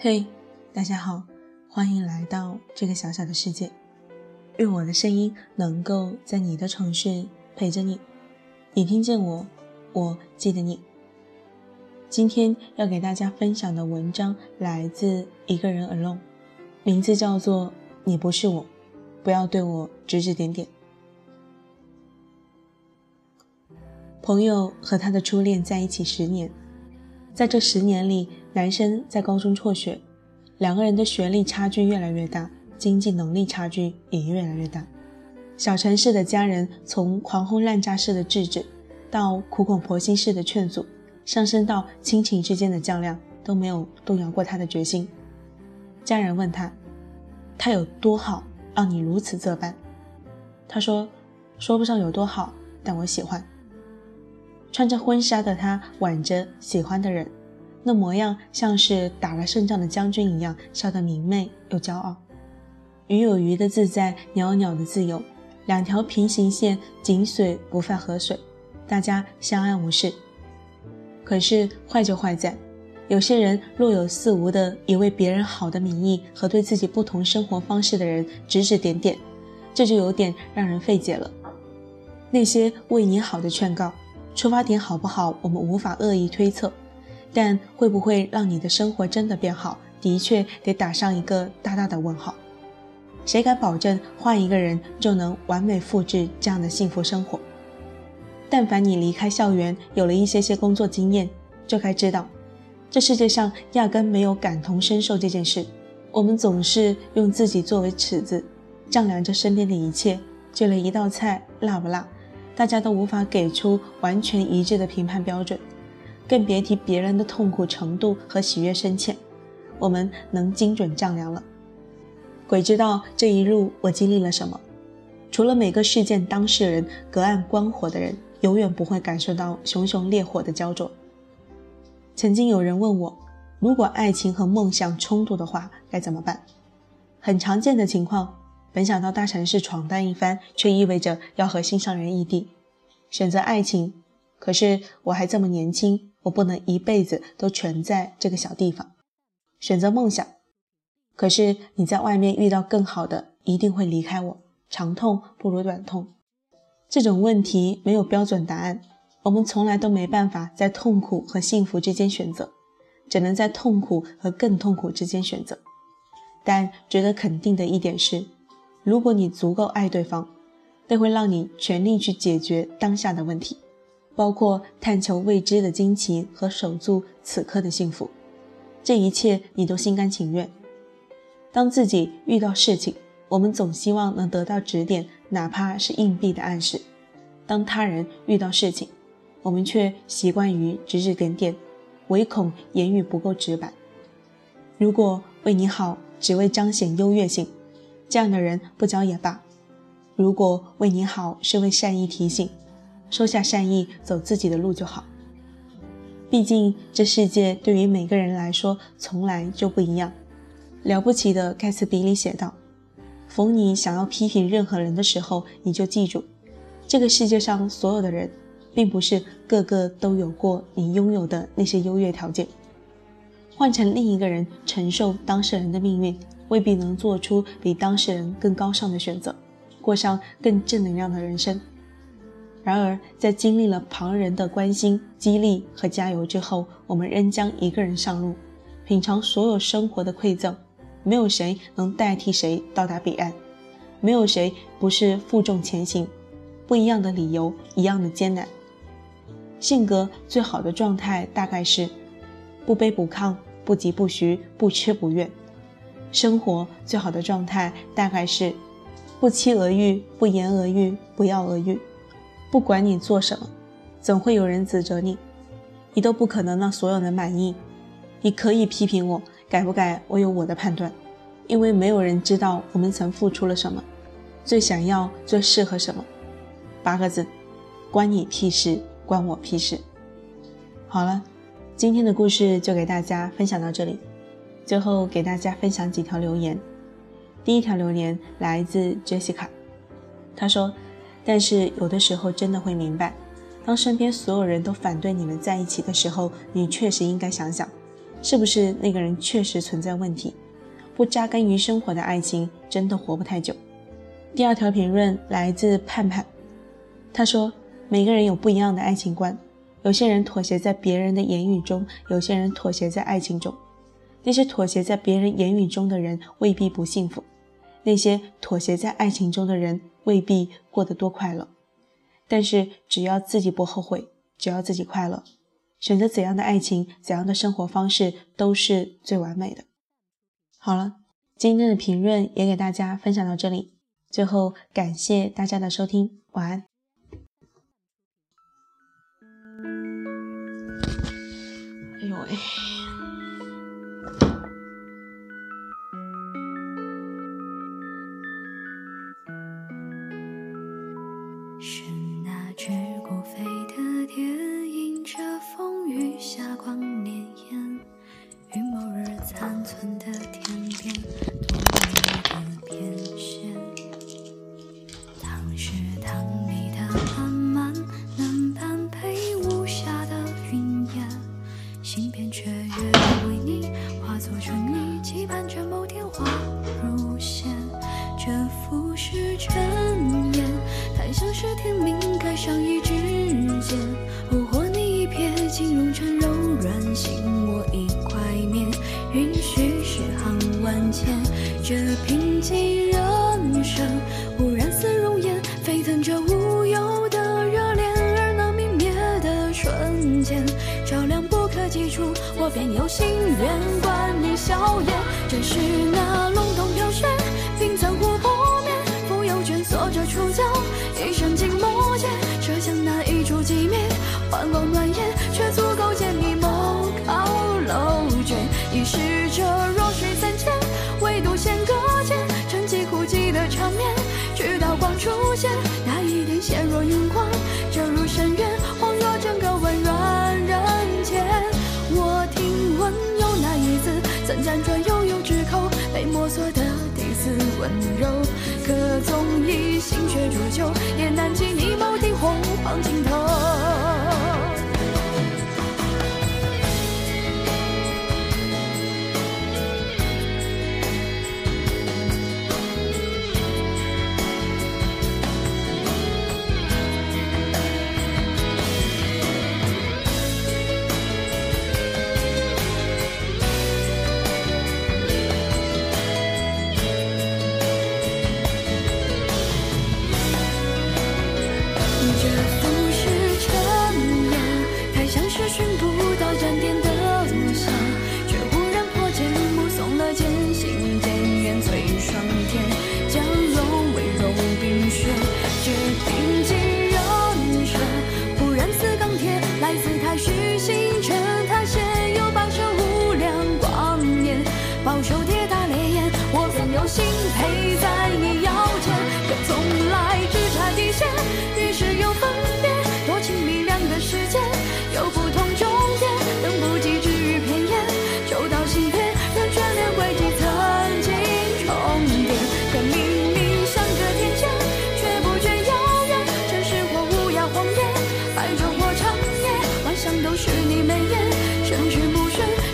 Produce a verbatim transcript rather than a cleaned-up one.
嘿，大家好，欢迎来到这个小小的世界。愿我的声音能够在你的城市陪着你，你听见我，我记得你。今天要给大家分享的文章来自一个人 alone， 名字叫做你不是我，不要对我指指点点。朋友和他的初恋在一起十年，在这十年里，男生在高中辍学，两个人的学历差距越来越大，经济能力差距也越来越大。小城市的家人从狂轰滥炸式的制止，到苦口婆心式的劝阻，上升到亲情之间的较量，都没有动摇过他的决心。家人问他，他有多好，让你如此这般？他说，说不上有多好，但我喜欢。穿着婚纱的他挽着喜欢的人，那模样像是打了胜仗的将军一样，笑得明媚又骄傲。鱼有鱼的自在，鸟有鸟的自由，两条平行线井水不犯河水，大家相安无事。可是坏就坏在，有些人若有似无的以为别人好的名义和对自己不同生活方式的人指指点点，这就有点让人费解了。那些为你好的劝告，出发点好不好，我们无法恶意推测，但会不会让你的生活真的变好，的确得打上一个大大的问号。谁敢保证换一个人就能完美复制这样的幸福生活？但凡你离开校园，有了一些些工作经验，就该知道，这世界上压根没有感同身受这件事。我们总是用自己作为尺子，丈量着身边的一切，就连一道菜辣不辣，大家都无法给出完全一致的评判标准，更别提别人的痛苦程度和喜悦深浅，我们能精准丈量了。鬼知道这一路我经历了什么，除了每个事件当事人隔岸观火的人，永远不会感受到熊熊烈火的焦灼。曾经有人问我，如果爱情和梦想冲突的话，该怎么办？很常见的情况，本想到大城市闯荡一番，却意味着要和心上人异地。选择爱情，可是我还这么年轻，我不能一辈子都全在这个小地方。选择梦想，可是你在外面遇到更好的，一定会离开我，长痛不如短痛。这种问题没有标准答案，我们从来都没办法在痛苦和幸福之间选择，只能在痛苦和更痛苦之间选择。但值得肯定的一点是，如果你足够爱对方，那会让你全力去解决当下的问题，包括探求未知的惊奇和守住此刻的幸福。这一切你都心甘情愿。当自己遇到事情，我们总希望能得到指点，哪怕是硬币的暗示。当他人遇到事情，我们却习惯于指指点点，唯恐言语不够直白。如果为你好只为彰显优越性，这样的人不交也罢。如果为你好是为善意提醒，收下善意，走自己的路就好。毕竟这世界对于每个人来说从来就不一样。了不起的盖茨比里写道，逢你想要批评任何人的时候，你就记住，这个世界上所有的人并不是个个都有过你拥有的那些优越条件。换成另一个人承受当事人的命运，未必能做出比当事人更高尚的选择，过上更正能量的人生。然而在经历了旁人的关心、激励和加油之后，我们仍将一个人上路，品尝所有生活的馈赠。没有谁能代替谁到达彼岸，没有谁不是负重前行，不一样的理由，一样的艰难。性格最好的状态大概是不卑不亢，不急不徐，不缺不怨。生活最好的状态大概是不期而遇，不言而喻，不药而愈。不管你做什么，总会有人指责你，你都不可能让所有人满意。你可以批评我，改不改我有我的判断，因为没有人知道我们曾付出了什么，最想要最适合什么。八个字，关你屁事，关我屁事。好了，今天的故事就给大家分享到这里。最后给大家分享几条留言。第一条留言来自 Jessica， 她说，但是有的时候真的会明白，当身边所有人都反对你们在一起的时候，你确实应该想想， 是不是那个人确实存在问题？不扎根于生活的爱情真的活不太久。第二条评论来自盼盼，他说每个人有不一样的爱情观，有些人妥协在别人的言语中，有些人妥协在爱情中。那些妥协在别人言语中的人未必不幸福，那些妥协在爱情中的人未必过得多快乐。但是只要自己不后悔，只要自己快乐，选择怎样的爱情，怎样的生活方式都是最完美的。好了，今天的评论也给大家分享到这里，最后感谢大家的收听，晚安。哎呦喂， 是那只孤飞的蝶，迎着风雨霞光潋滟，于某日残存的天边多美的变现。当时当你的慢慢能般配无瑕的云烟，心变雀跃为你化作春泥，期盼着某天花如现。这浮世尘烟，太像是天命盖上一指尖，忽或你一瞥竟融成柔软，心我一块面，允许诗行万千。这贫瘠人生忽然似熔岩，沸腾着无忧的热恋，而那泯灭的瞬间照亮不可及处，我便有心愿观你笑颜。正是那笼统飘雪，冰层湖泊面，浮游卷锁着触角，一生静默间，设想那一触即灭，幻光暖眼，却足够见你眸靠楼卷。已是这弱水三千，唯独弦搁浅，沉寂枯寂的缠绵，直到光出现，那一点显若云光，折入深渊，恍若整个温软人间。我听闻有那一字，怎辗转悠悠之口，被摸索的第四温柔，可纵以心血煮酒，也难及你眸底红黄尽头。这浮世尘烟，太像是寻不到站点的香，却忽然破茧，目送了渐行渐远，催霜天，将融为融冰雪。这贫瘠人生忽然似钢铁，来自太虚星辰，它现有跋涉无量光年，饱受铁打烈焰，我便有心陪在你腰间，可从来只差底线，于是有分别，多亲密两个世界，有不同终点，等不及至于偏眼，就到心田，让眷恋轨迹曾经重叠。可明明相隔天堑，却不觉遥远，真实或无涯荒野，白昼或长夜，幻想都是你眉眼，生之不顺